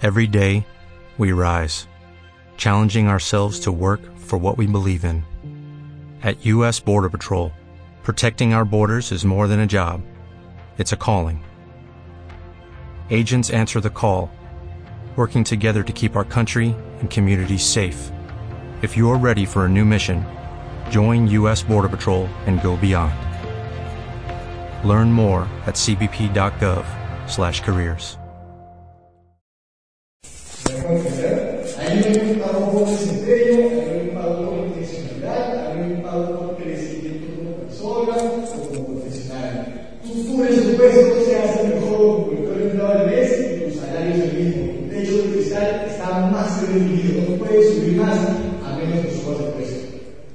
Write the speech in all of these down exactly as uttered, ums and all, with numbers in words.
Every day, we rise, challenging ourselves to work for what we believe in. At U S Border Patrol, protecting our borders is more than a job. It's a calling. Agents answer the call, working together to keep our country and communities safe. If you are ready for a new mission, join U S Border Patrol and go beyond. Learn more at c b p dot gov slash careers. Hay un pago por desempeño, hay un pago por intencionalidad, hay un pago por crecimiento como persona o como profesional. Tu presupuesto se hace mejor porque tú eres del mes y tu salario es el mismo. Tu techo de cristal está más que definido, no puedes subir más a menos que subas de precio.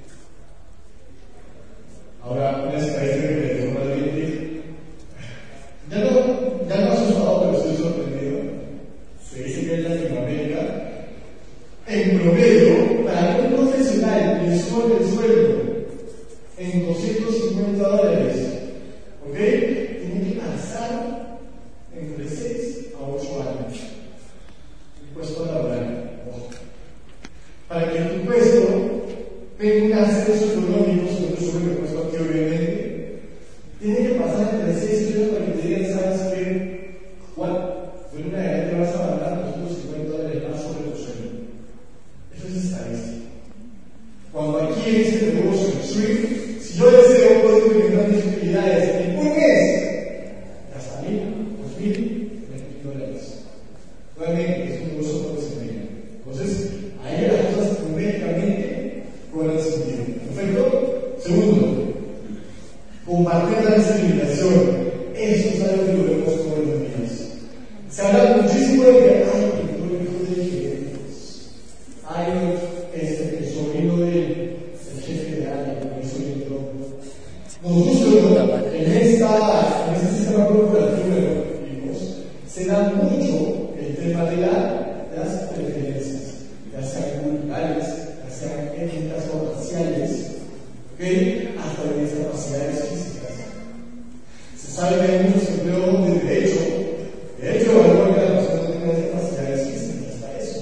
Ahora, una estadística que le tengo al cliente, ya no, ya no asustado, pero estoy sorprendido. Se dice que en Latinoamérica, en promedio, para un profesional le suben el sueldo en doscientos cincuenta dólares, ¿ok? Tiene que pasar entre seis a ocho años. Impuesto laboral, ojo. Para que tu puesto tenga un ascenso económico, si no te sube el puesto aquí, obviamente, tiene que pasar entre seis y ocho para que te digan, ¿sabes qué? Juan, de una edad te vas a ganar doscientos cincuenta dólares más sobre tu sueldo. Eso es estadística. Cuando aquí en este negocio, en Swift, si yo deseo poder incrementar mis utilidades en un mes, hasta mil, dos mil, tres mil dólares. Realmente es un negocio por desempeño. Entonces, ahí las cosas numéricamente cobran sentido. ¿Perfecto? Segundo, compartir la discriminación. Eso es algo que lo vemos todos los días. Se habla muchísimo de que hay pintor hijo de gerentes, hay este, el sobrino del jefe de área, el sobrino. Nosotros en, esta, en este sistema corporativo de los políticos se da mucho el tema de la, las preferencias, ya sean culturales, ya sean étnicas o raciales, ¿okay? Hasta de discapacidades físicas. Se sabe que hay muchos empleos de derecho. De hecho, valor que las personas tengan discapacidades físicas hasta eso.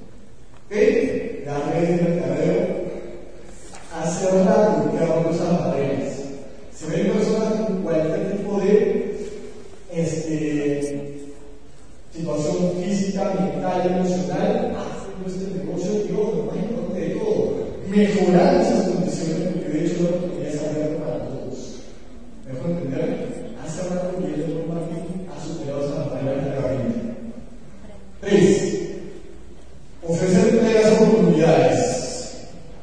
¿Ok? La red de mercadeo hace un rato que vamos a las barreras. Se ven personas con cualquier tipo de este, situación física, mental, emocional, haciendo este negocio y ojo, más importante de todo, mejorar esas condiciones, porque de hecho la oportunidad es abierta para todos. ¿Mejor entender? Hace un rato que el network marketing ha superado esas barreras de la venta. Tres, ofrecer plenas oportunidades.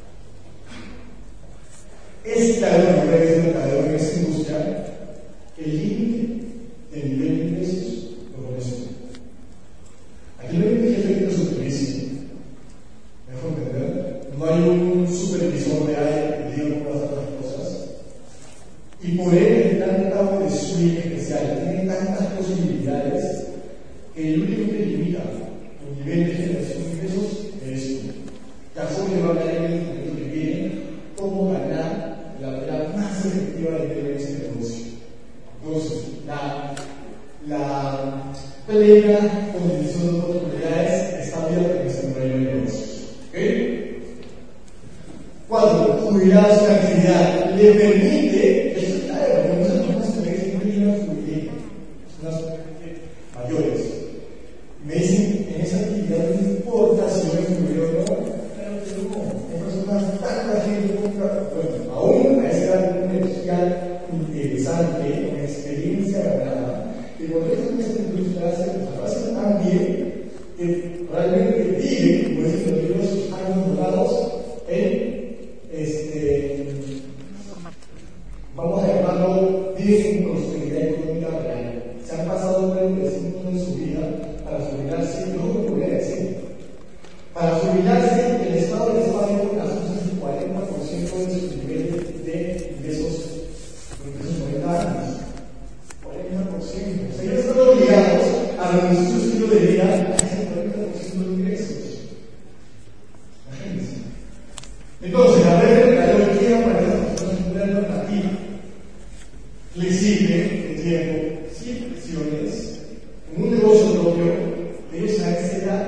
Es claro en las redes de mercadeo en esta industria que el límite del nivel de ingresos lo pones tú. Aquí no hay un jefe de supervisión. ¿Mejor entender? No hay un supervisor de área que diga cómo hacer las cosas. Y por él el plan de pago de swing especial tiene tantas posibilidades que el único que limita tu nivel de generación de ingresos es tú. Ya Jorge va a hablar en el momento que viene cómo ganar la manera más efectiva de tener este negocio. Entonces, la, la plena condición de oportunidades está abierta en este modelo de negocios. ¿Okay? Cuatro, jubilar su actividad le permite, eso es claro, porque muchas personas se ven que no jubilé, personas mayores. Me dicen, en esa actividad no importa si yo me jubilé o no, claro que no, hay personas, tanta gente compra, bueno, aún a esa edad de un industrial interesante, con experiencia ganada, que por eso en esta industria hacen tan bien que realmente viven, como dicen los libros, sus años dorados en este, vamos a llamarlo, viven en prosperidad económica real. Se han pasado cuarenta y cinco años de su vida para jubilarse, no lo voy a decir. Para jubilarse, el Estado les paga con las cosas el cuarenta por ciento de su nivel de ingresos durante esos noventa años. cuarenta por ciento. O sea, ellos están obligados a reducir su estilo de vida a ese cuarenta por ciento de ingresos. Imagínense. Entonces, la red de mercadeo para esas personas es una alternativa flexible de tiempo, sin presiones, en un negocio propio, ellos acceden a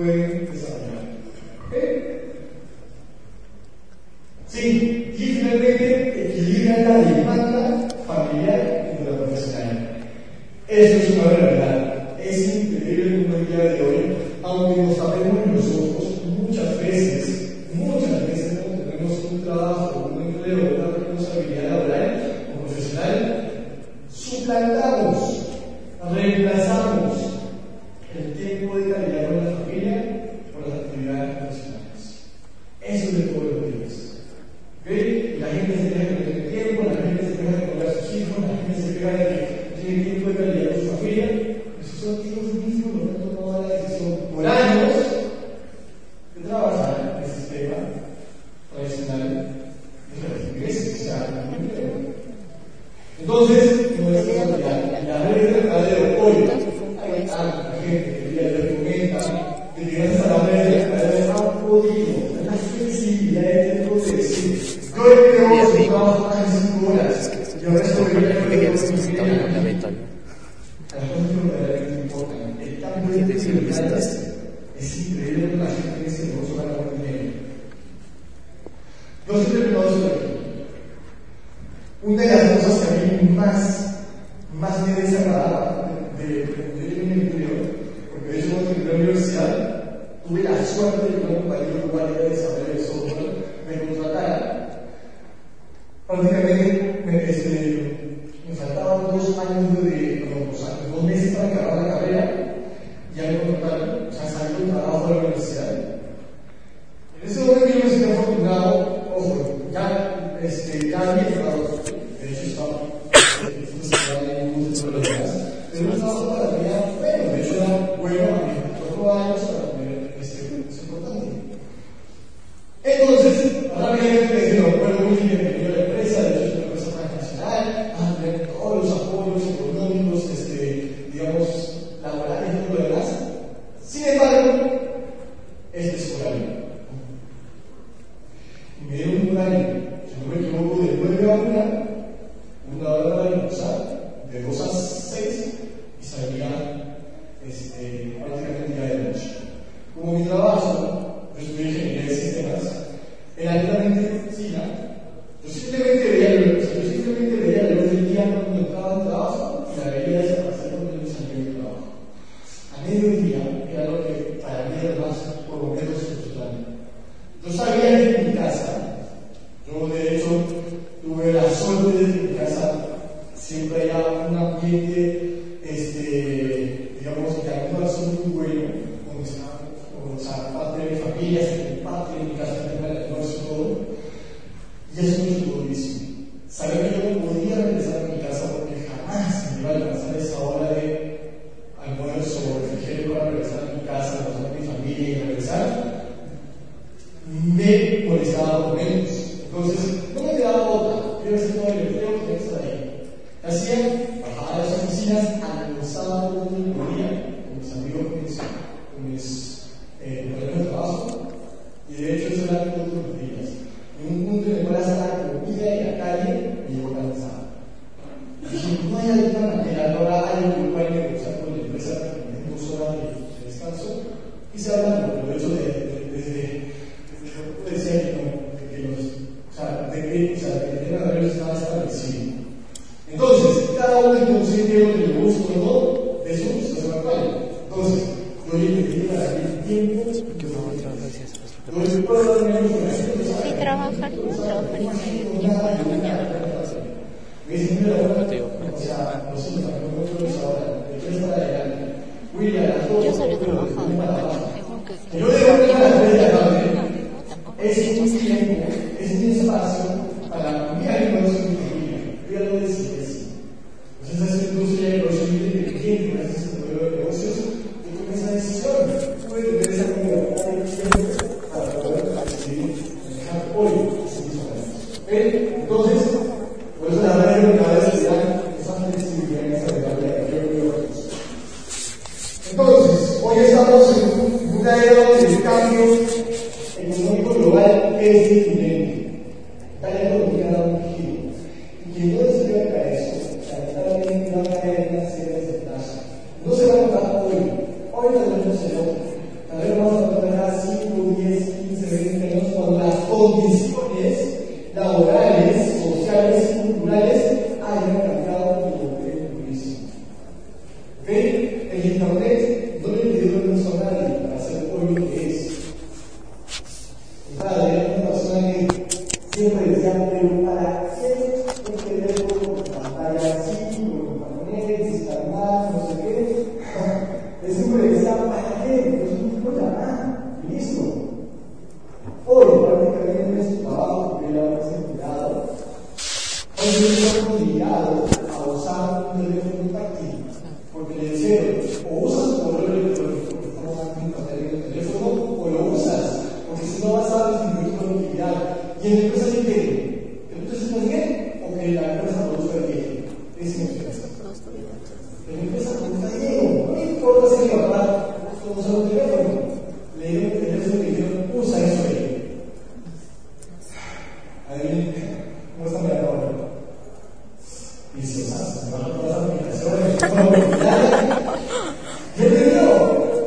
pueden desarrollar. ¿Okay? Sí, y finalmente equilibran la demanda familiar y la profesional. Eso es una verdad. Es increíble como el día de hoy, aunque nos tapemos los ojos, muchas veces, muchas veces cuando tenemos un trabajo, un empleo, una responsabilidad laboral o profesional, suplantamos, reemplazamos el tiempo de calidad con la familia por las actividades profesionales. Eso es de todos los días. ¿Okay? La gente se deja de tener tiempo, la gente se deja de comer a sus hijos, la gente se deja de que tiene tiempo de calidad con su familia. Esos son ellos mismos los que han tomado la decisión por años de trabajar en el sistema tradicional de las iglesias, o sea, en el empleo. Entonces, no es casualidad. La red de mercadeo hoy hay tanta gente que día de hoy comenta de que gracias a la red de mercadeo han podido la flexibilidad de tiempo de decir yo he pedido su trabajo más de cinco horas y ahora estoy viendo que necesitaba la beta. Las cosas que verdaderamente importan. El cambio de prioridades es increíble la gente que se negocio gana buen dinero. Yo siempre me doy sobre aquí. Una de las cosas que a mí más, más me desagradaba de emprender en mi empleo, porque de hecho cuando entré a la universidad tuve la suerte de que un compañero guardia de desarrollo de software me contratara. Prácticamente me, este, me faltaban dos años de, no, o sea, dos meses para acabar la carrera, ya me contrataron, o sea, salí del trabajo de la universidad. En ese momento yo me sentí afortunado, ojo, ya, este, ya había entrado, de hecho estaba en un curso de los demás, pero no estaba todavía bueno, de hecho era bueno a mis cuatro años para poder, este, es importante. Entonces, rápidamente me dijeron, bueno, muy bienvenido a la empresa, de hecho es una empresa transnacional, vas a tener todos los apoyos económicos, este, digamos, laborales y todo lo demás. Sin embargo, este es horario. Y me dieron un horario, si no me equivoco, de nueve a una, una hora para almorzar, de dos a seis, y salía este, prácticamente ya de noche. Como mi trabajo, yo estudié ingeniería de sistemas, era altamente oficina. Yo simplemente veía el yo simplemente veía la luz del día cuando entraba al trabajo y la veía desaparecer cuando yo salía del trabajo. A mediodía era lo que para mí era más, por lo menos, frustrante. Yo sabía que en mi casa, yo de hecho tuve la suerte de que en mi casa siempre haya un ambiente, este, digamos, de acumulación muy bueno, donde está, o sea, parte de mi familia, parte de mi casa, el almuerzo y todo, y eso me ayudó muchísimo. Sabía que yo no podía regresar a mi casa porque jamás me iba a alcanzar esa hora de almuerzo o refrigerio para regresar a mi casa, almorzar con mi familia y regresar. Me molestaba por menos. Entonces, no me quedaba otra. Yo hacía todo el empleo que tenía que estar ahí. ¿Qué hacía? Bajaba a las oficinas, almorzaba todo el día con mis amigos, con mis, con mis eh, compañeros de trabajo. Y de hecho eso era todos los días. En un punto en el cual hasta la comida en la calle me llevó cansado. Y dije, no hay alguna manera, no habrá algo que pueda negociar con la empresa en dos horas de, de descanso. Y se hablando, pero de hecho de, de, desde, desde yo decía que no, de que los, o sea, de que, o sea, de que el horario estaba establecido. Entonces, cada uno es consciente de lo que le gusta o no, de su situación actual. Entonces, yo le pedí para que el tiempo que no va a trabajar. Si trabajaría, trabajaría medio tiempo en la mañana. Yo solo he trabajado en la mañana. Yo es un tiempo, es un espacio para mi negocio y mi familia. Yo ya lo decía así. Entonces, es incluso ya el negocio independiente, gracias al modelo de negocios, yo tomé esa decisión. Tuve que tener esa comunidad para poder decidir dejar hoy ese mismo negocio. Entonces, por eso la verdad es que cada vez se da esa flexibilidad en esa variable de que yo veo. Entonces, hoy estamos en una era donde el cambio económico global es diferente. Tal economía da un giro. Y quien no despierta eso, lamentablemente va a caer en una serie de desventajas. No se va a notar hoy. Hoy tal vez no se nota. Tal vez vamos a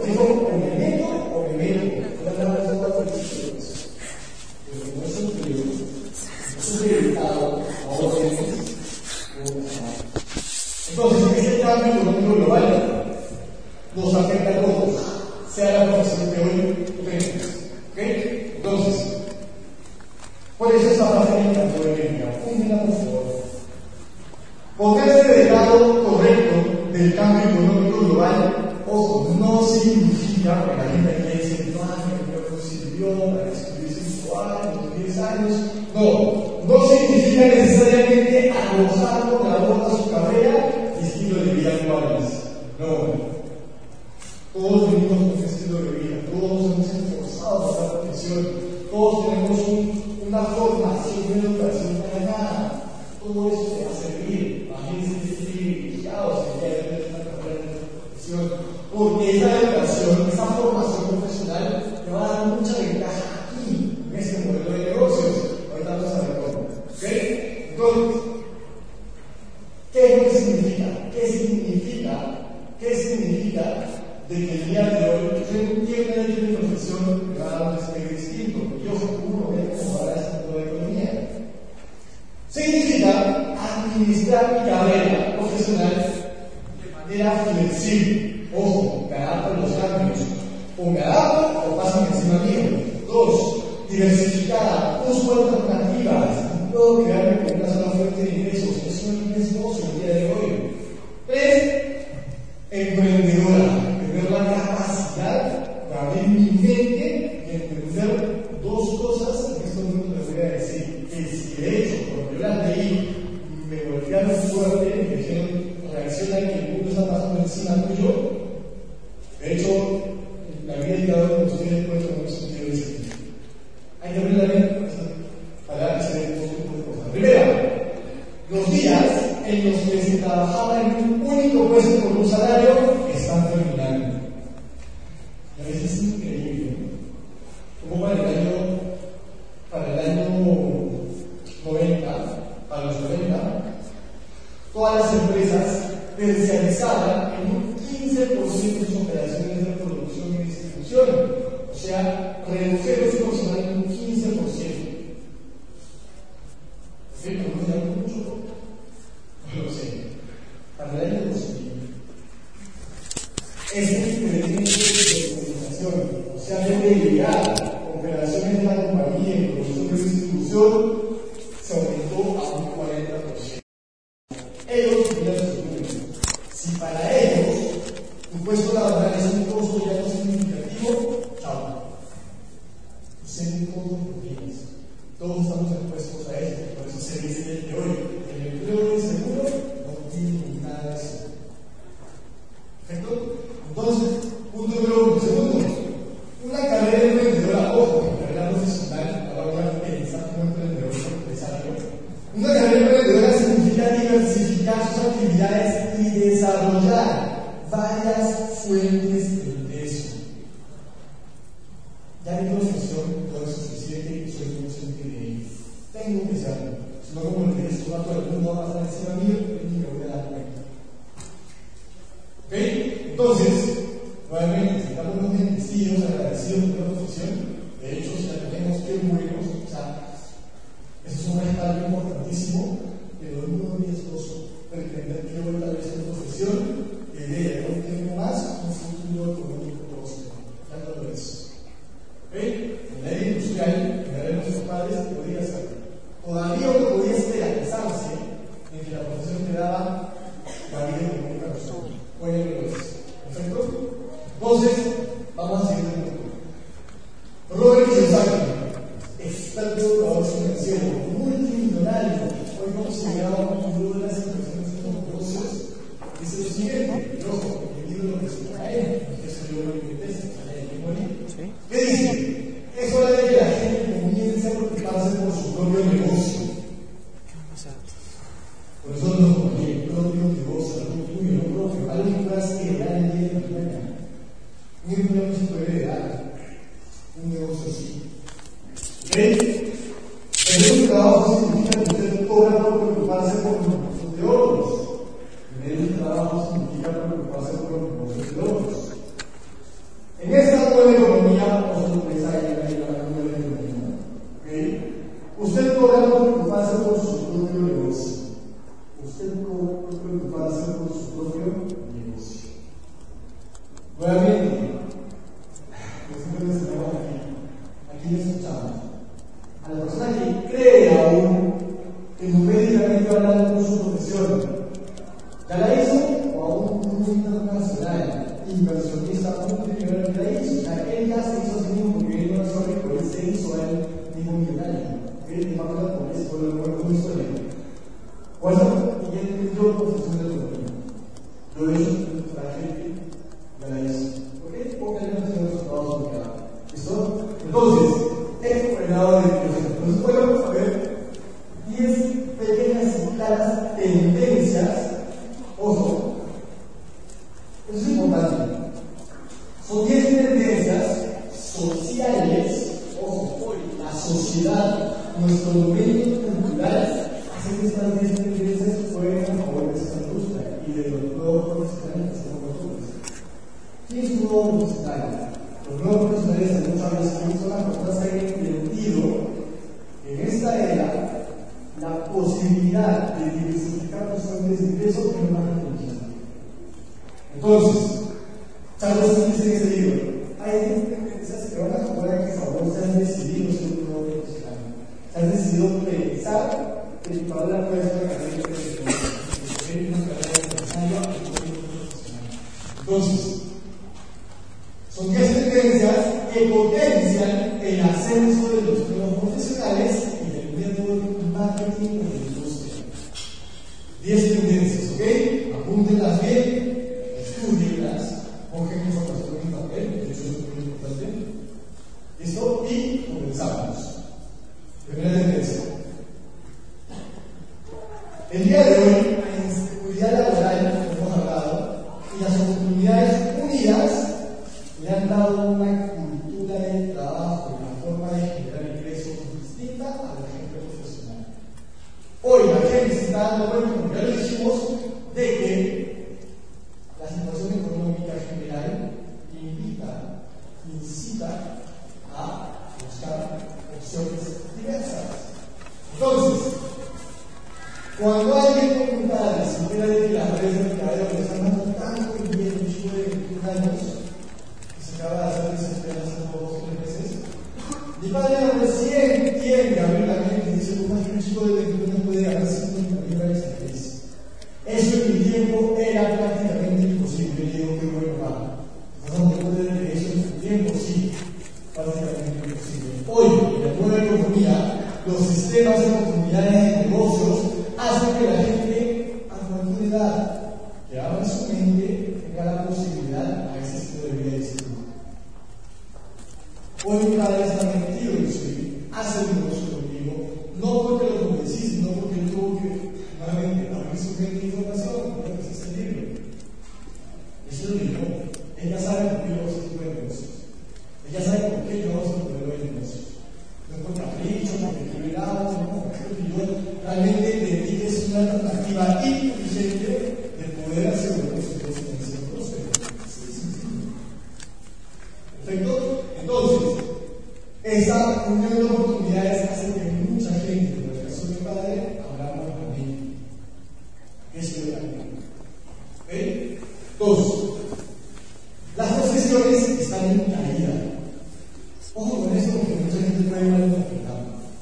dijo, o me meto o me meto. Yo hablaba de cuatro decisiones. Pero no es un periodo, es un dedicado a órdenes. Entonces, ese cambio económico global nos afecta a todos, sea la profesión que hoy tenemos. ¿Okay? Entonces, por eso esa frase me encantó de Benja. Fúndela, por favor. Ponerse del lado correcto del cambio económico global, ojo, no significa, porque la gente aquí dice, no, no sirvió para escribir cinco años, diez años. No, no significa necesariamente arrojar con la boca su carrera y estilo de vida actuales. No. Todos venimos con un estilo de vida, todos nos hemos esforzado por la protección, todos tenemos un, una formación, una educación para nada. Todo eso te va a servir. Imagínense que privilegiados que ya tienen esta carrera de profesión, porque esa educación, esa formación profesional te va a dar mucha ventaja aquí, en este modelo de negocios. Ahorita vamos a ver cómo. ¿Okay? Entonces, ¿qué es lo que significa? ¿Qué significa? ¿Qué significa de que el día de hoy yo entiendo que tiene una profesión que va a dar un despegue distinto? Yo seguro que cómo va a esta nueva economía. Significa administrar mi carrera profesional de manera flexible. Ojo, me adapto a los cambios. O me adapto o pasan encima mío. Dos, diversificada, busco alternativas. No puedo quedarme con una sola fuente de ingresos. Eso no es negocio el día de hoy. Tres, emprendedora. Tener la capacidad de abrir mi mente y entender dos cosas en estos minutos les voy a decir. Que si de hecho, cuando yo las leí, me golpearon fuerte, me dijeron, reacciona que el mundo está pasando encima tuyo. De hecho, la vida de cada uno de ustedes puede tener un sentido distinto. Hay que abrir la mente para que se den dos tipos de cosas. Primero, los días en los que se trabajaba en un único puesto por un salario están terminando. Y a veces es increíble, ¿no? Como para el año, para el año noventa, para los noventa, todas las empresas terciarizaban en un quince por ciento de sus operaciones de producción y distribución. O sea, redujeron su personal en un quince por ciento. ¿Sí? ¿No nos llama mucho? No lo sé. Para el año dos mil. Ese incremento de comunicación, o sea, de delegada, operaciones de la compañía y producción de distribución, se aumentó a un cuarenta por ciento. Ellos tenían sus números. Si para ellos tu puesto laboral es un costo ya no significativo, chao. Sé todos los días. Todos estamos expuestos a esto. Por eso se dice que hoy el empleo de seguro no tiene nada de eso. ¿Perfecto? Entonces, punto número uno. Segundo, una carrera emprendedora, ojo, carrera profesional, ahora voy a pensar como emprendedor, como empresario. Una carrera emprendedora significa diversificar sus actividades y desarrollar varias fuentes de ingreso. Ya mi profesión no es suficiente y soy consciente de ello. Tengo que serlo. Si no, como le dices, todo el mundo va a estar encima mío y me voy a dar cuenta. ¿Ok? Entonces, nuevamente, necesitamos unos bendecidos, agradecidos por la profesión. De hecho, si la tenemos, qué buenos. O sea, eso es un respaldo importantísimo, pero es muy riesgoso pretender que hoy tal vez en profesión, que de hoy tengo más, un futuro económico próspero. Ya no lo es. ¿Ok? En la era industrial, en la era de nuestros padres, podía ser. Todavía uno podía esperanzarse en que la profesión te daba la vida económica personal. Hoy no lo es. ¿Perfecto? Entonces, vamos a seguir el punto. Robert Kiyosaki, experto de trabajo financiero, multimillonario, hoy considerado como uno de las inversiones de los negocios, dice lo siguiente, y ojo, el libro lo que se trae, que eso yo lo inventé, se trae de memoria. ¿Qué dice? Es hora de que la gente comience a preocuparse por su propio negocio. Por eso no como el propio negocio, algo tuyo, no propio, algo que puedas heredar el día de mañana. Un empleo no se puede heredar, un negocio así. ¿Ok? Tener un trabajo significa que usted cobra por preocuparse por los negocios de otros. 'Tener un trabajo significa preocuparse por los negocios de otros. tendencias sociales, ojo, la sociedad, nuestro momento cultural, hacen que estas diez tendencias jueguen a favor de esta industria y de los nuevos profesionales que somos nosotros. ¿Quién es un nuevo profesional? Los nuevos profesionales de muchas veces son las personas que han entendido en esta era la posibilidad de diversificar tus fuentes de ingresos que no van a tener. Entonces, Charles dice en ese libro, hay tendencias que van a jugar a que favor se han decidido ser un nuevo profesional. Se han decidido pensar que tu carrera puede ser una carrera de profesional, una carrera empresaria o profesional. Entonces, son diez tendencias que potencian el ascenso de los nuevos profesionales y del network marketing de la industria. diez tendencias, ¿ok? Apúntenlas bien, estudienlas, pongan información en papel, que eso es muy importante. ¿Listo? Y comenzamos. Primera tendencia. El día de hoy, la inseguridad laboral, como hemos hablado, y las oportunidades unidas le han dado una cultura de trabajo, una forma de generar ingresos distinta a la gente profesional. Hoy la gente se está dando cuenta, como ya lo dijimos, de que la situación económica general invita, incita a buscar opciones diversas. Entonces, cuando alguien pregunta si fuera de que las redes de mercadeo le están dando tanto dinero, un chico de veintiún años, se acaba de hacer desesperado hace dos o tres meses. Mi padre recién tiene abrir la mente y dice: ¿cómo es que un chico de veintiún años puede ganar cincuenta mil dólares al mes? Eso en mi tiempo era prácticamente imposible. Yo le digo: qué bueno, papá. ¿Estás dando cuenta de que eso en tu tiempo? Sí, prácticamente imposible. Hoy, en la nueva economía, los sistemas de oportunidades de negocios hacen que la gente a cualquier edad que abra su mente tenga la posibilidad a ese estilo de vida distinto. Hoy mi padre está metido en su vida, hace el negocio conmigo, no porque lo convencí, sino porque él tuvo que, nuevamente, abrir su mente de información, porque es este libro. Eso lo dijo. Ella sabe por qué yo hago ese tipo de negocios. Ella sabe por qué yo hago ese modelo de negocios. No es por capricho, porque estoy mirado, no, porque yo realmente entendí que es una alternativa inteligente de poder asegurar los ingresos en ese negocio. Perfecto. Entonces, esa unión de oportunidades hace que mucha gente, como el caso de mi padre, hablamos de mí. Eso es la vida. ¿Ok? Dos, las profesiones están en caída. Ojo con eso, porque mucha gente puede malinterpretar.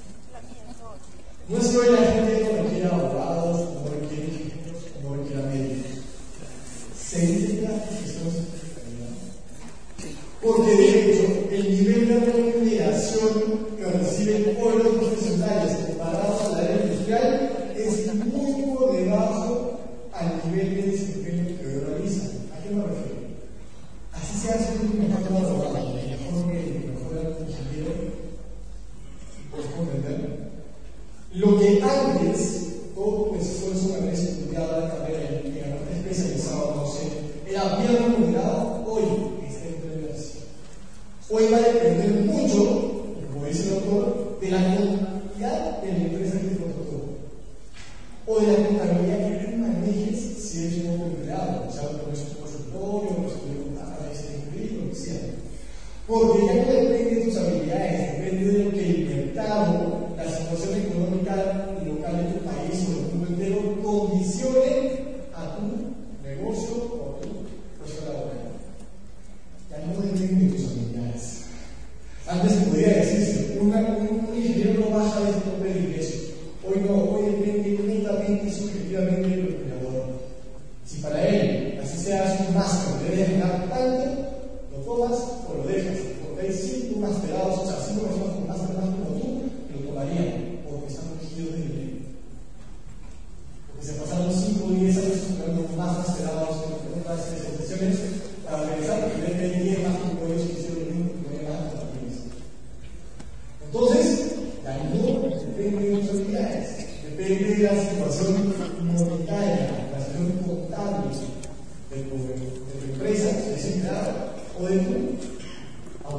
No es que hoy la gente no requiere abogados, no requiere ingenieros, no requiere médicos. Se indica que estamos en caída. Porque de hecho, el nivel de remuneración que reciben hoy los profesionales comparados a la era industrial es muy por debajo al nivel de desempeño que hoy realizan. ¿A qué me refiero? Así se hace un mejor abogado, mejor que mejor ingeniero, ¿puedes comprender? Lo que antes, todo el esfuerzo que había estudiado la carrera y que había especializado, no sé, era bien remunerado, hoy está en reversión. Hoy va a depender mucho, como dice el autor, de la contabilidad de la empresa que te contrató, o de la contabilidad que tú manejes si eres un nuevo empleado, o sea, con su consultorio, con su contable, lo que sea. Porque ya no depende de tus habilidades, depende de lo que el mercado, la situación económica local de tu país o del mundo entero condicione a tu negocio o a tu puesto laboral. Ya no depende de tus habilidades. Antes podría decirse, una, un, un ingeniero no baja de ese tope de ingresos. Hoy no, hoy depende únicamente y subjetivamente del empleador. Si para él, así seas un máster, debes ganar tanto, lo tomas o lo dejas. Porque hay cinco masterados, o sea, cinco personas con máster más como tú, que lo tomarían, porque están ungidos de dinero. Porque se pasaron cinco o diez años buscando más masterados que otras especializaciones para regresar, porque ven que hay diez más como ellos que hicieron lo mismo que no hay más alternativas. Entonces, ya no depende de tus habilidades, depende de la situación monetaria, la situación contable de tu, de tu empresa, si es empleado, o de tu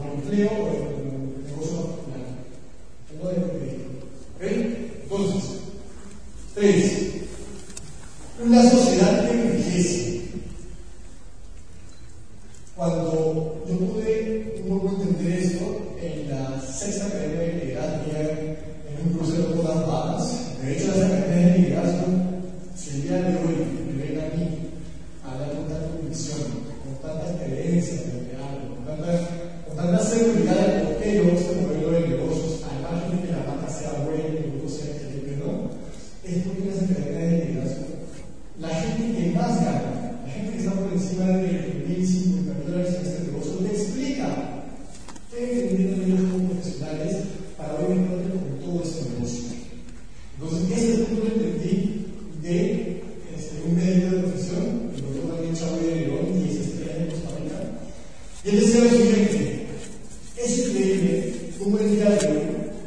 por empleo o por negocio particular. No de proyecto. ¿Ok? Entonces, tres. Una sociedad que envejece. Cuando yo pude un poco entender esto en la sexta academia de liderazgo, en un crucero por las Bahamas, de hecho, las academias de liderazgo, si el día de hoy me ven a mí a hablar con tanta convicción, con tanta creencia de lo que hago, con tanta, con tanta seguridad de por qué yo este modelo de negocios, al margen de que la marca sea buena y el grupo sea excelente, no, es porque las academias de liderazgo, la gente que más gana, la gente que está por encima de veinte mil, cincuenta mil dólares en este negocio, le explica qué entienden ellos como profesionales para hoy encontrar con todo este negocio. Entonces, este punto lo entendí de este, un médico de profesión, el doctor Daniel Chávez de León, y es estrella de Costa Rica. Y él decía lo siguiente: es increíble cómo el día de hoy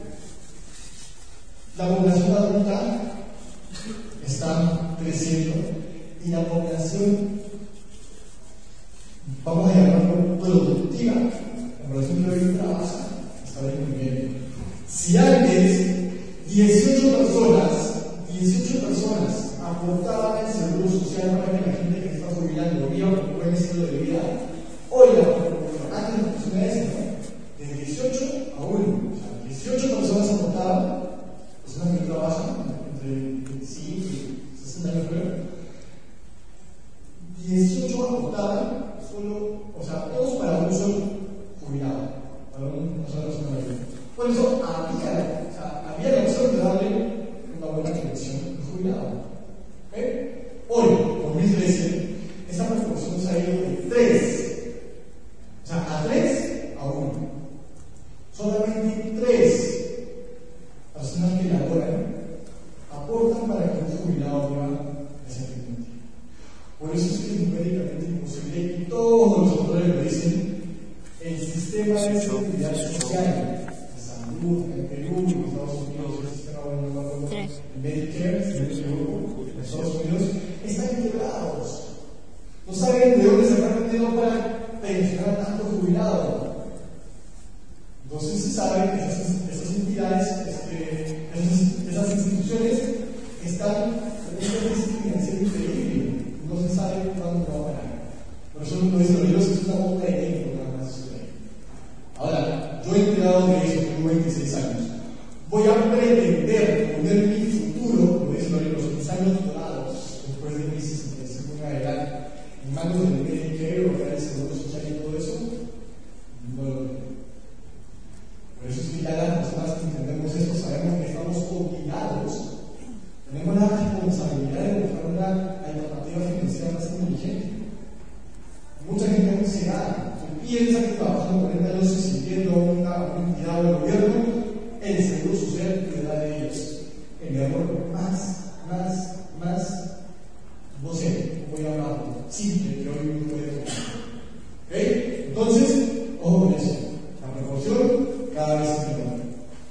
la población adulta está creciendo y la población, vamos a llamarlo productiva, la población que hoy trabaja, está disminuyendo. Si antes dieciocho personas, dieciocho personas aportaban el seguro social para que la gente que está jubilando viva con un buen estilo de vida, hoy la antes la persona es, ¿no? De dieciocho a uno, o sea, dieciocho personas aportaban, personas que trabajan entre veinticinco y sesenta años, creo. dieciocho aportaban solo, o sea, todos para un solo jubilado, para una sola persona mayor. Por eso había, o sea, había la opción de darle una buena pensión al jubilado. ¿Okay? Hoy, dos mil trece, esa proporción se ha ido de tres, o sea, a tres a uno. Solamente tres personas que laboran aportan para que un jubilado viva decentemente. Por eso es que es numéricamente imposible, y todos los autores lo dicen, el sistema de seguridad social, de salud en Perú, en Estados Unidos, el sistema de Medicare, en Estados Unidos, están quebrados. No saben de dónde sacar dinero para pensionar a tantos jubilados. Entonces se sabe que esas, esas entidades, este, esas, esas instituciones están en un déficit financiero increíble. No se sabe cuándo va a parar. Por eso lo dicen los libros, es una bomba de tiempo nada más sucede. Ahora, yo he enterado de eso, tengo veintiséis años. Voy a pretender poner mi futuro, lo dicen los libros, mis años dorados, después de mi sesenta y cinco en adelante, en manos del Medicare o del Seguro Social y todo eso, no lo creo. Por eso es que ya las personas que entendemos esto sabemos que estamos obligados, tenemos la responsabilidad de buscar una alternativa financiera más inteligente. Mucha gente no se da, piensa que trabajando cuarenta años y siguiendo una, una entidad del gobierno, el seguro social le da de ellos. El error más, más, más, no sé, voy a hablar simple que hoy uno puede tomar. ¿Ok? Entonces, ojo con eso. La proporción cada vez es menor.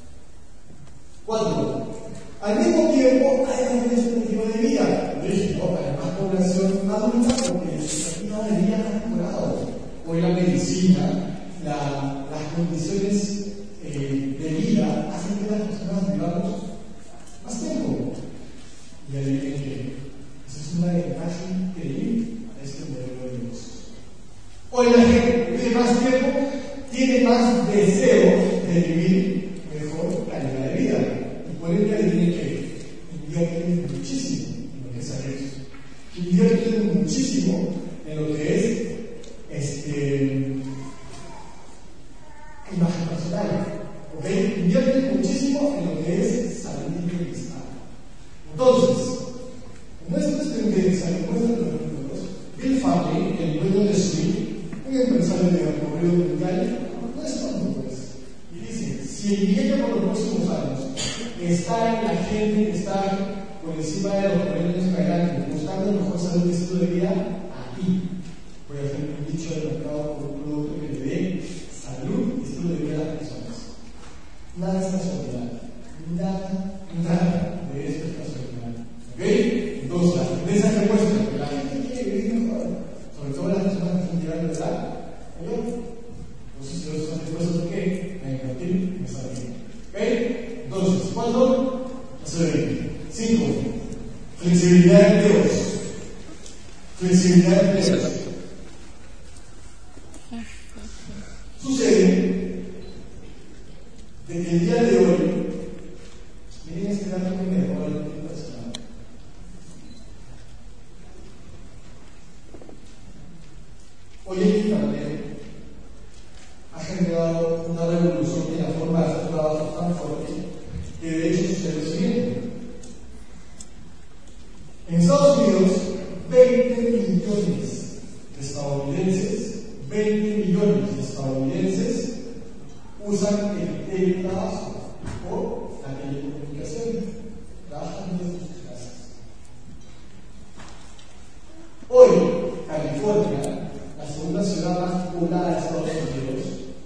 Cuatro. Al mismo tiempo, hay una expectativa de vida. Yo dije, no, para más población adulta, porque la expectativa de vida ha mejorado. Hoy la medicina, la, las condiciones eh, de vida hacen que las personas vivamos más tiempo. Y adivinen que esa es una ventaja increíble a este modelo de negocios. Hoy la gente vive más tiempo, tiene más deseo de vivir mejor calidad de vida. Y por ello adivinen que invierten muchísimo en lo que es salud. Invierten muchísimo en lo que es este, imagen personal. ¿Okay? Invierten muchísimo en lo que es salud y bienestar. Entonces, no es cuestión de salud, no es de los números. Bill Farley, el dueño de Sui, un empresario de recorrido mundial, no es con números. Y dice: si el billete por los próximos años está en la gente que está por encima de los problemas que adelante, buscando mejor salud y estilo de vida, a ti. Voy a hacer un dicho de mercado por un producto que le dé salud y estilo de vida a las personas. Nada es casualidad. Nada, nada de esto es casualidad. ¿Ok? Entonces, la tendencia que muestra que la gente quiere vivir mejor, sobre todo las personas que están llegando a edad, ¿ok? Entonces, si las personas el día de hoy, miren este dato que me dejó el personal. Hoy el Internet ha generado una revolución en la forma de hacer trabajo tan fuerte que de hecho sucede lo siguiente. En Estados Unidos, veinte millones de estadounidenses, veinte millones de estadounidenses usan el teletrabajo o la telecomunicación, trabajan desde sus casas. Hoy, California, la segunda ciudad más poblada de Estados Unidos,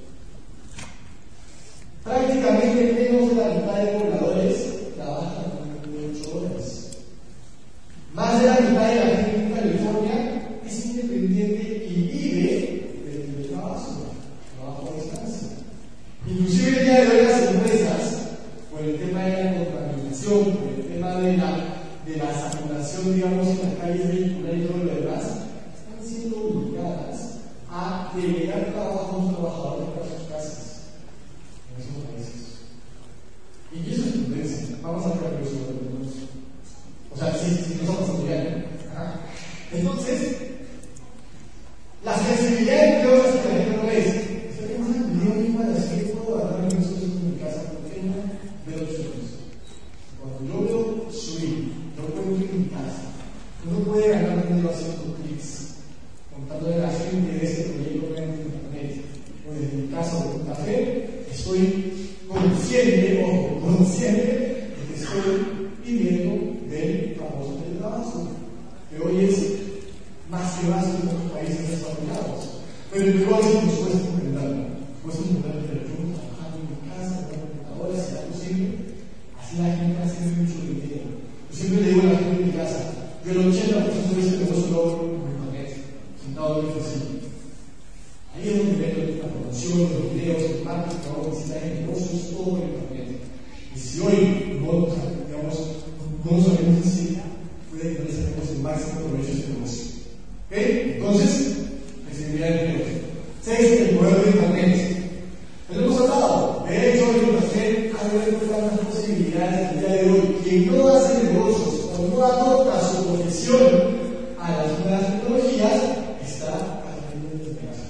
prácticamente menos de la mitad de pobladores trabajan durante ocho horas. Más de la mitad de la gente en California es independiente y vive del teletrabajo, trabajo a distancia. Inclusive el día de hoy las empresas, por el tema de la contaminación, por el tema de la, de la saturación, digamos, en las calles vehiculares y todo lo demás, están siendo obligadas a delegar trabajo a los trabajadores para sus casas en esos países. Y eso es tendencia. Vamos a ver eso después. O sea, si, si no somos estudiantes. Entonces, la flexibilidad de empleo es que la gente no es. Yo mismo a las que puedo agarrar mis cosas en mi casa porque no veo opciones. Cuando yo veo subir, yo puedo ir en mi casa. Uno puede ganar dinero haciendo clics, contándole a la gente de este proyecto en internet, o desde mi casa o de un café. Estoy consciente o consciente de que estoy viviendo del famoso teletrabajo, que hoy es más que más en otros países desarrollados. Pero el Perú es, por supuesto, fundamental. Pues un modelo de yo trabajando en mi casa, con computadoras, si es posible, así la gente hace mucho dinero. Yo siempre le digo a la gente de mi casa, yo el ochenta por ciento de ese negocio lo hago en internet, sentado en mi oficina. Ahí es donde veo la promoción, los videos, el marketing, la visita de negocios, todo en internet. Y si hoy no, digamos, no nos sabemos decir, puede que ese negocio el máximo provecho de ese negocio. ¿Ok? Entonces, flexibilidad de empleo. Seis, el poder de internet. Lo hemos hablado. De hecho, el internet abre tantas posibilidades el día de hoy. Quien no hace negocios o no adopta su profesión a las nuevas tecnologías está aprendiendo desde casa.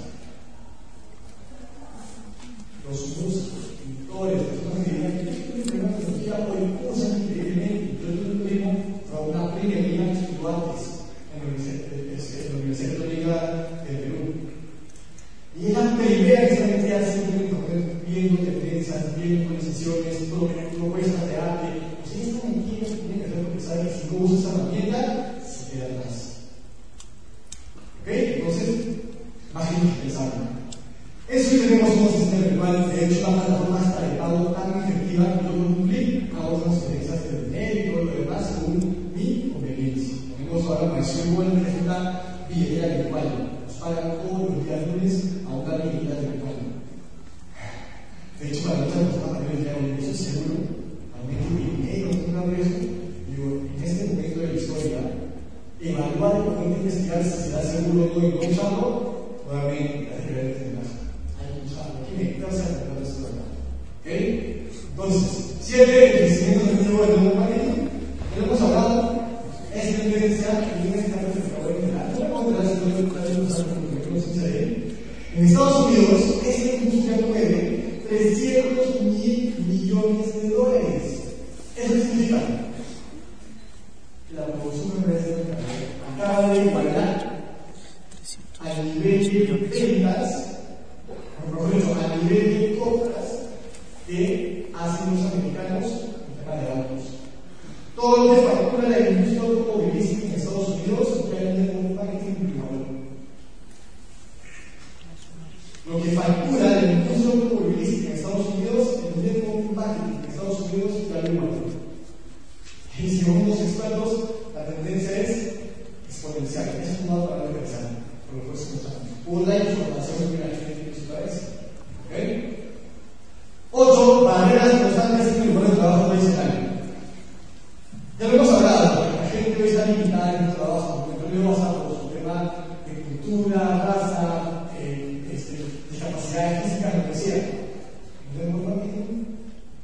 Los músicos, pintores, personas que dirían que esta nueva tecnología hoy usan increíblemente. Yo tuve un primo, una prima mía que estudió antes en la Universidad Católica del Perú. Y es la primera que se metía siempre en internet, viendo tendencias, viendo actualizaciones, todo, propuestas de arte. O sea, esta mentira que tiene que hacer porque sabe que si no usa esa herramienta, se queda atrás. ¿Ok? Entonces, más que indispensable. Eso sí tenemos un sistema virtual, de hecho, la plataforma está de pago tan efectiva que yo con un clic hago transferencias de dinero y todo lo demás según mi conveniencia. Tenemos ahora una versión web que es una billetera virtual. Nos pagan todos los días lunes a una billetera virtual. De hecho, para muchas personas también les digo, eso es seguro. Realmente mi dinero no tenga riesgo. Digo, en este momento de la historia, evaluar y poder investigar si será seguro o no y no usarlo, nuevamente hay que ver desde el caso. Hay que usarlo. Hay que meterse a tratar de esto de acá. ¿Ok? Entonces, siete, el crecimiento efectivo del nuevo marketing. Ya lo hemos hablado. Es tendencia que viene esta vez de favor en la en Estados Unidos, esta industria mueve trescientos mil millones de dólares. Eso significa que la producción de redes de mercado acaba de igualar a nivel de ventas, o mejor dicho, a nivel de compras que hacen los americanos en tema de autos. Todo lo que factura la industria automovilística en Estados Unidos se vende con un marketing privado. Lo que factura la industria automovilística en Estados Unidos se vende con un marketing en Estados Unidos ya lo igual. Y según los expertos, la tendencia es exponencial. Es un dato para empezar por los próximos años. Por la información que la gente tiene en su cabeza. ¿Ok? Ocho, barreras constantes en el lugar de trabajo tradicional. Ya lo hemos hablado, la gente hoy está limitada en el trabajo, porque no le vamos a por su tema de cultura, raza, eh, este, discapacidades físicas, lo que sea. No tenemos marketing,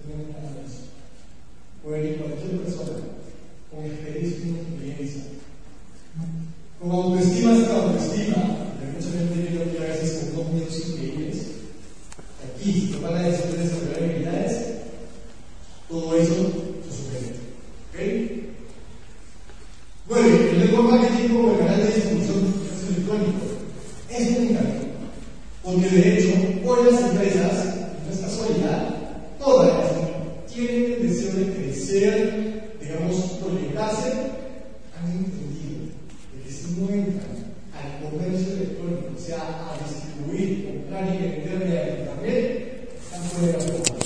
y tomar la decisión de desarrollar habilidades, todo eso se supera. ¿Ok? nueve. El network marketing como el canal de distribución de comercio electrónico es un encanto, porque de hecho, hoy las empresas, no es casualidad, todas tienen el deseo de crecer, digamos, proyectarse, han entendido de que si no entran al comercio electrónico, o sea, a distribuir, comprar y vender mediante internet, están fuera de la forma.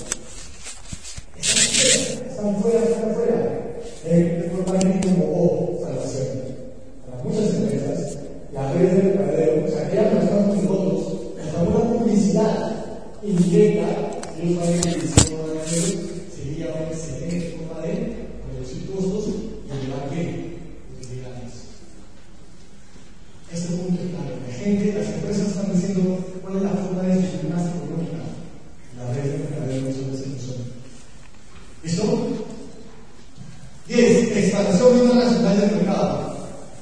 Están fuera, están fuera. El network marketing como o salvación. Para muchas empresas, las redes de mercadeo, o sea, que ya no están con nosotros, nos dan una publicidad indirecta, y ellos van a decir, sería una excelente forma de reducir costos y llevar qué? Utilidades. Este punto es claro. La gente, las empresas están diciendo cuál es la forma de gestionar más económica. Las redes de mercadeo no son esa función. ¿Listo? diez. Expansión internacional del mercado.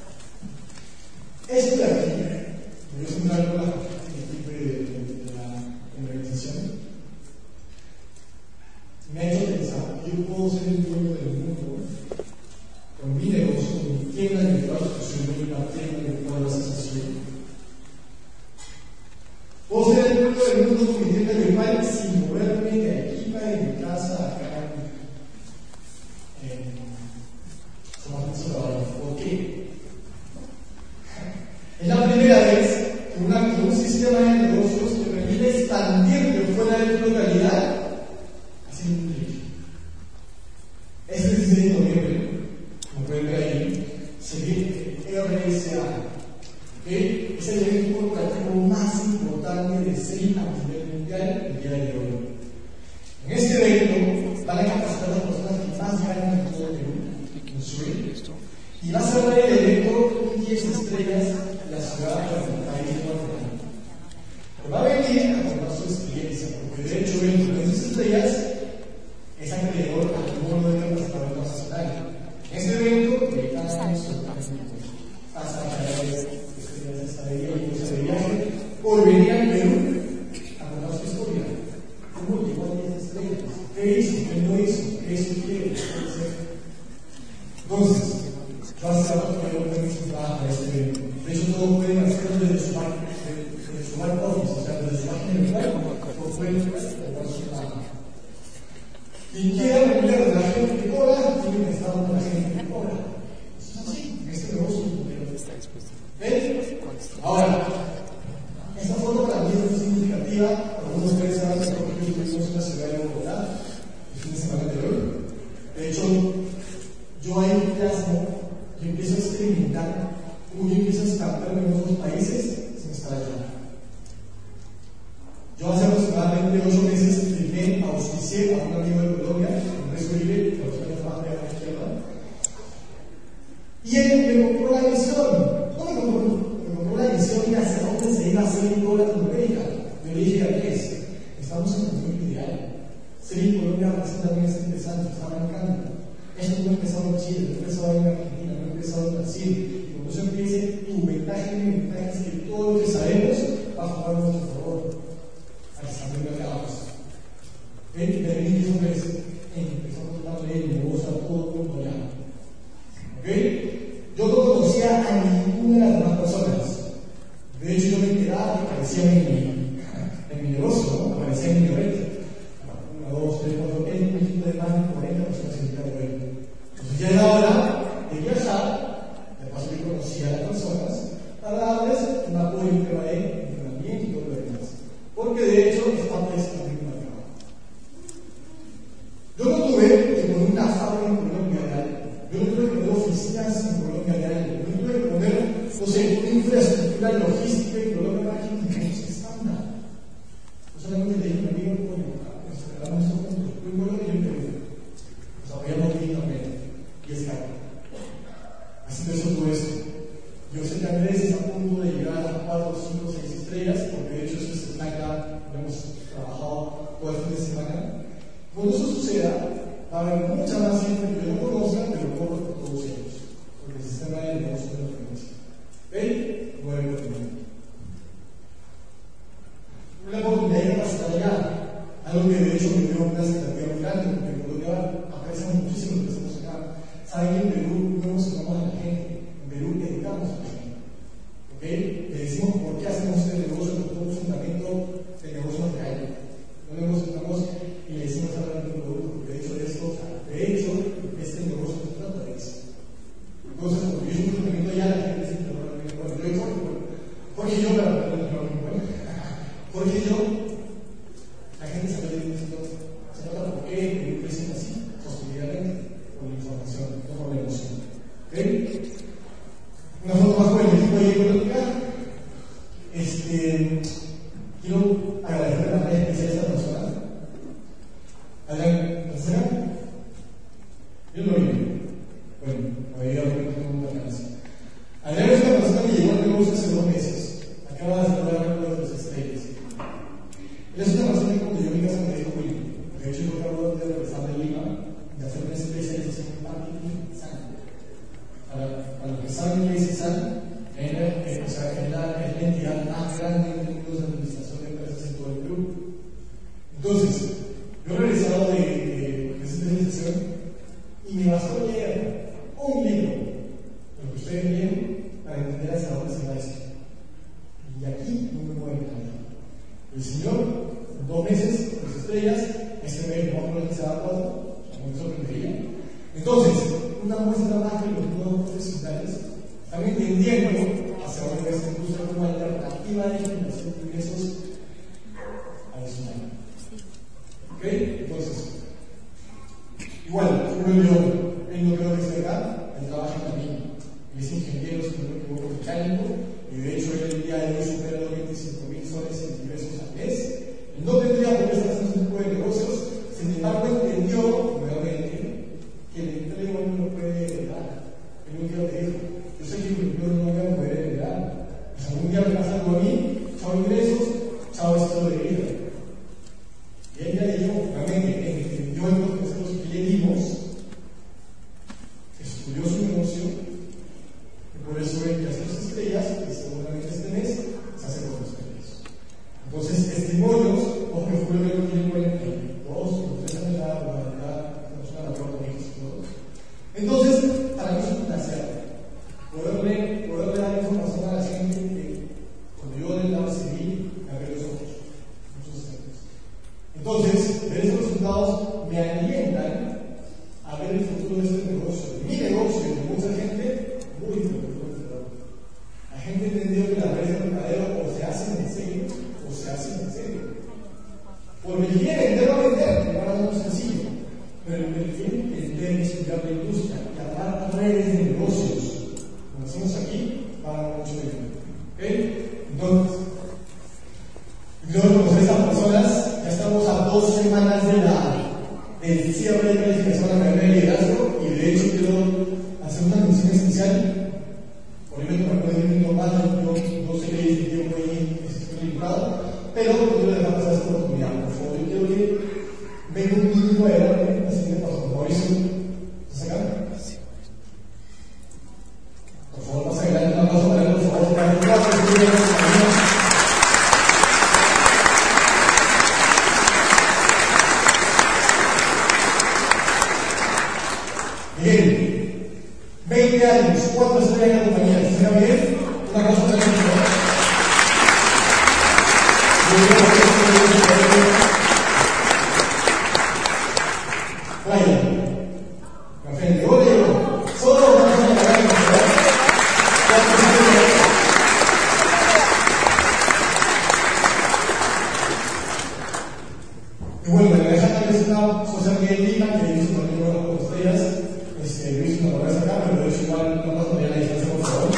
Esto de aquí, voy a centrar con la equipo de, de, de la organización, me ha hecho pensar que yo puedo ser el dueño del mundo con mi negocio, con mi tienda virtual, que soy dueño de la tienda virtual de la sensación. Puedo ser el dueño del mundo con mi tienda virtual sin moverme de aquí para mi casa acá en, en San Francisco. ¿Por qué? Es la primera vez que, una, que un sistema de negocios te permite expandirte fuera de tu localidad haciendo un clic. Este dieciséis de noviembre, como pueden ver ahí, se viene R S A. ¿Okay? Es el evento corporativo más importante de SEI a nivel mundial el día de hoy. En este evento van a capacitar a las personas que más ganan en todo el Perú, en SURI, y va a cerrar el evento con diez estrellas en la ciudad del país de Guatemala. Pero va a venir a contar su experiencia, porque de hecho el con diez estrellas es acreedor al modo de restaurante nacional. En este evento, que cada año se hasta cada vez estrellas de estadía y cosas de viaje, volvería al Perú a contar su historia. ¿Cómo llegó a diez estrellas? ¿Qué hizo? ¿Qué no hizo? ¿Qué hizo? ¿Qué hizo? Entonces, yo hace rato que yo tengo que trabajar este evento. De hecho, todos pueden hacerlo desde su back office, o sea, desde su página virtual, o pueden hacer su trabajo. Y quiera venir a la gente que cobra, tienen que estar con la gente que cobra. Eso es así, en este negocio. ¿Ven? Ahora, esta foto para mí es muy significativa. Algunos de ustedes saben que nosotros estuvimos en la ciudad de Bogotá el fin de semana anterior. De hecho, yo ahí plasmo, yo empiezo a experimentar cómo yo empiezo a escaparme en otros países sin estar allá. Yo hace aproximadamente ocho meses firmé, auspicié a un amigo de Colombia, Andrés Uribe, que los que trabajan de la izquierda, y él me compró la visión. No me compró, me compró la visión de hacia dónde se iba a hacer en toda Latinoamérica. Yo le dije a Andrés, estamos en un momento ideal. Ser en Colombia parece también es interesante, está arrancando. Esto no ha empezado en Chile, no ha empezado en Argentina, no ha empezado en Brasil. Y cuando yo empiece, tu ventaja y mi ventaja es que todo lo que sabemos va a jugar a nuestro favor. Alexander Mercados. Ven, de mí mismo es, empezamos a hablar de negocio a todo el mundo ya. ¿Ok? Yo no conocía a ninguna de las demás personas. De hecho, yo me enteraba que aparecían en mi, en mi negocio, ¿no? Aparecían en mi red. Una, dos, tres, cuatro, en un equipo de más de cuarenta personas en el red. Entonces, ya era hora de viajar, de paso que conocía a las personas, para darles un apoyo que va en entrenamiento y todo lo demás. Porque de hecho es parte de este mismo mercado. Yo no tuve que poner una fábrica en Colombia real, yo no tuve que poner oficinas en Colombia real, yo no tuve que poner, o sea, una infraestructura logística en Colombia para que no se estándar. Yo solamente le dije a mi amigo, oye, nos cerramos estos puntos, muy bueno que yo me quedé. Nos apoyamos bien también, y es caro. Así que eso fue esto. Yo sé que Andrés está a punto de llegar a las cuatro, cinco, seis estrellas, porque de hecho eso es acá, lo hemos trabajado todo el fin de semana. Cuando eso suceda, va a haber mucha más gente que yo no conozca, pero cobro por todos ellos, porque el sistema de negocio de la frecuencia. ¿Ven? Nuevo primero. Una oportunidad de capacitar allá. Algo que de hecho me dio una expectativa muy grande, porque en Colombia apreciamos muchísimo lo que hacemos acá. Saben que en Perú no nos enfocamos a la gente, en Perú educamos a la gente. ¿Ok? Le decimos por qué hacemos este negocio, con todo un fundamento de negocio real. No le emocionamos y le decimos solamente un producto, porque de hecho de esto, o sea, de hecho, este negocio se trata de eso. Entonces, porque yo hice un fundamento ya, la gente dice, bueno, yo digo, porque yo, porque yo, la gente se ve diciendo, se nota por qué Perú crece así, sostenibilmente, con la información, no con la emoción. ¿Ok? Una foto más con el equipo de económica. Este, quiero agradecer de manera especial a esta persona. Alan, ¿la tercera? Yo lo vi. Bueno, todavía no tengo mucha chance. Alan es una persona que llegó al negocio hace dos meses. Acaba de celebrar uno de los estrellas. Él es una persona que cuando yo vine a San me dijo, Willy, de hecho yo acabo de regresar de Lima, de hacer una especialización en marketing sano. Para, para los que saben qué es SAN, es la, es, o sea, es, la, es la entidad más grande en términos de administración de empresas en todo el Perú. Entonces, yo he regresado de, de, de esa especialización y me bastó leer un libro, lo que ustedes leen, para entender hacia dónde se va esto. Y aquí no me mueve nada. El Señor, en dos meses, tres estrellas, este mes vamos a ver que se da cuatro, no me sorprendería. Entonces, una muestra más que los nuevos profesionales están entendiendo hacia dónde va esta industria como alternativa de generación de ingresos adicionales. ¿Ok? Entonces, igual, como yo, él no creo que esté acá, él trabaja en la mina. Él es ingeniero, si no me equivoco, mecánico, y de hecho él el día de hoy supera los veinticinco mil soles en ingresos al mes. Él no tendría por qué estar haciendo ese tipo de negocios, sin embargo entendió, nuevamente, que el empleo no lo puede heredar. Él un día me dijo, yo sé que el empleo no me va a poder heredar. Pues algún día me pasa algo a mí, chao ingresos, chao estilo de vida. Y él ya le dijo, nuevamente, entendió en los consejos que le dimos, estudió su negocio, y por eso él ya hace las estrellas, y seguramente este mes se hace con los estrellas. Entonces, testimonios, ojo que fue lo que tiene cuarenta y dos o tres años de edad, una labor con hijos y todo. Entonces, para mí es un placer poderle, poderle dar información a la gente que cuando yo del lado civil me abrió los ojos, muchos ejemplos. Entonces, ver estos resultados me alientan a ver el futuro de este negocio, de mi negocio y de mucha gente muy diferente. La gente entendió que las redes de mercadeo o se hacen en serio o se hacen en serio. Porque quieren vender o vender, que para no es sencillo. Pero el que tiene que entender y estudiar la industria y armar redes de negocios, como hacemos aquí, va a dar mucho dinero. ¿Ok? Entonces, yo conocer a estas personas, ya estamos a dos semanas de la, del cierre de calificación a la carrera de liderazgo, y de hecho quiero hacer una mención especial. Por ahí me puede decir un más, yo no sé qué es el tiempo ahí, estoy limitado, pero no quiero dejar pasar esta oportunidad. Por favor, yo quiero que venga un mínimo de orden, así que pasó. Mauricio, ¿estás acá? Por favor, pasa adelante, un aplauso para él, por favor, para que todas las estudiantes. Bien, veinte años, cuatro estrellas en la compañía, ¿se ve bien? Una cosa para el Playa, café de óleo, solo vamos a pagar en la ciudad. Y bueno, la Alejandra es una social media en Lima que hizo también una con estrellas. Este, yo hice una palabra acá, pero es igual, no más, no la distancia, por favor.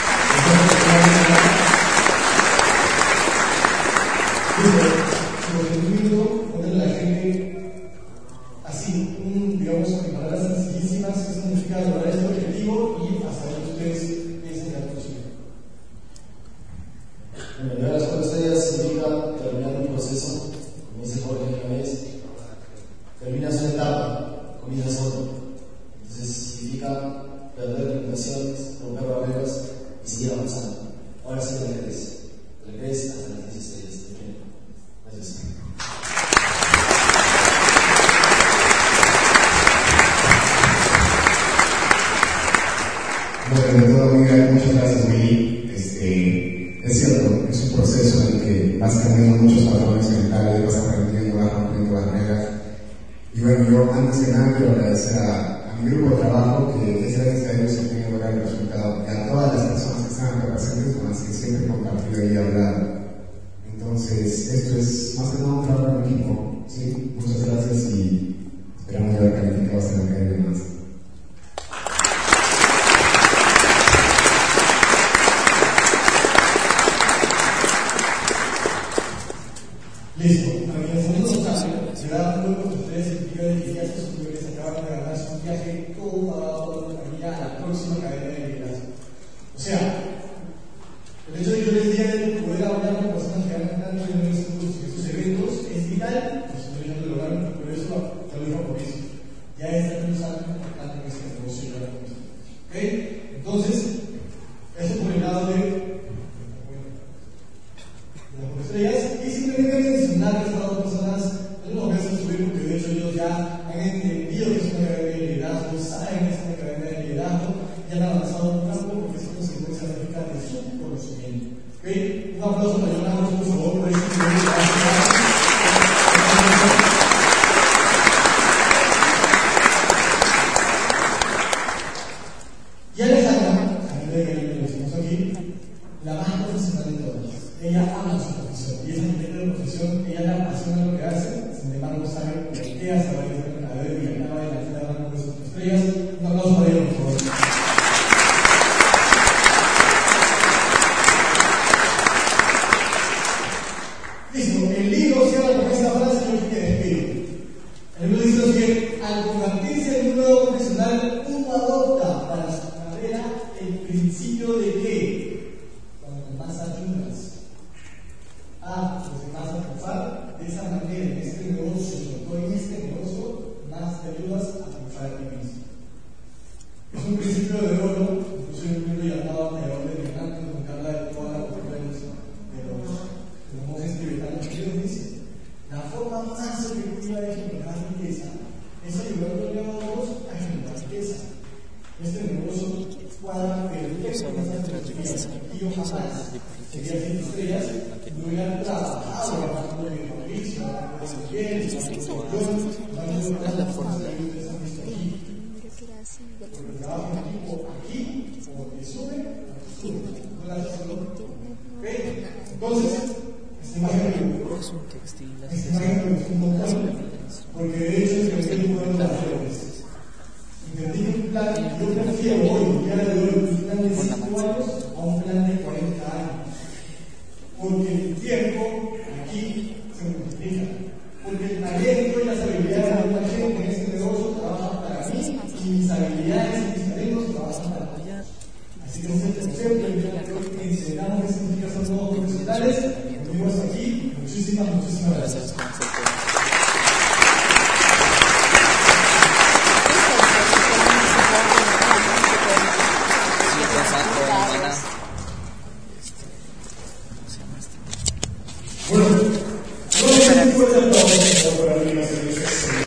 Los individuos ponen a la gente así, un, digamos, en palabras sencillísimas, que significa lograr este objetivo y hasta que ustedes piensen en la posible. Bueno, llegar a las cuatro estrellas significa terminar un proceso, como dice Jorge una vez, terminas una etapa, comienzas otra. Entonces significa perder limitaciones, romper barreras y seguir avanzando. Ahora sí te regreses, regreses hasta las diez estrellas. Gracias. Y bueno, yo antes que nada quiero agradecer a, a mi grupo de trabajo, que es gracias a ellos se tiene que lograr el resultado, y a todas las personas que están acá presentes con las que siempre he compartido y hablado. Entonces, esto es más que nada un trabajo en equipo, ¿sí? Muchas gracias y esperamos haber calificado hasta la calle de más. Listo, para que los amigos no saben, se da un hueco que ustedes explican que ya estos superiores acaban de ganar un viaje todo pagado por la compañía a la próxima cadena de liderazgo. O sea, el hecho de que yo les diga de poder hablar con personas que ganan tanto dinero en estos eventos es vital, pues no ya lo lograron, por eso te lo digo por eso. Ya está pensando importante en este negocio y ahora mismo. ¿Ok? Entonces, eso por el lado de las estrellas, y simplemente mencionar que estas dos personas, algunos veces subir porque de hecho ellos ya han entendido que es una academia de liderazgo, saben que es una academia de liderazgo, y han avanzado un campo porque es consecuencia lógica de su conocimiento. ¿Okay? Un aplauso para Jonathan, por favor, por este nivel. Y Alejandra, a nivel de que lo decimos aquí, la más profesional de todas. Ella ama su profesión y esa nivel de profesión, ella la apasiona lo que hace, sin embargo sabe que ella se va a ir a ver y acaba de lanzar a rango de sus estrellas. Un aplauso para ella, por favor. Listo, el libro cierra con esta frase y yo que despido. El libro dice lo siguiente: al convertirse en un nuevo profesional, uno adopta para su carrera el principio de que cuando más ayudas a los demás a triunfar, de esa manera, en este negocio, sobre todo en este negocio, más te ayudas a triunfar a ti mismo. Es un principio de oro, incluso hay un libro llamado Alrededor de Diamante, donde habla de toda la cultura de los, de los monjes tibetanos, que ellos dicen: la forma más efectiva de generar riqueza es ayudando a otros a generar riqueza. Este negocio cuadra perfecto con esta filosofía, y yo jamás sería sin estrellas, no hubiera trabajado hablando de Mauricio, hablando de Miguel, hablando de todas las formas de la vida de San Cristo aquí. Porque trabajo en equipo aquí, como que sube, sube. Gracias a Dios. Entonces, esta imagen me gustó. Esta imagen me gustó un montón, porque de hecho es que el modelo de las flores. Entendí un plan, yo prefiero hoy, ya de hoy, un plan de cinco años a un plan de cuarenta años. Porque el tiempo aquí se multiplica. Porque el talento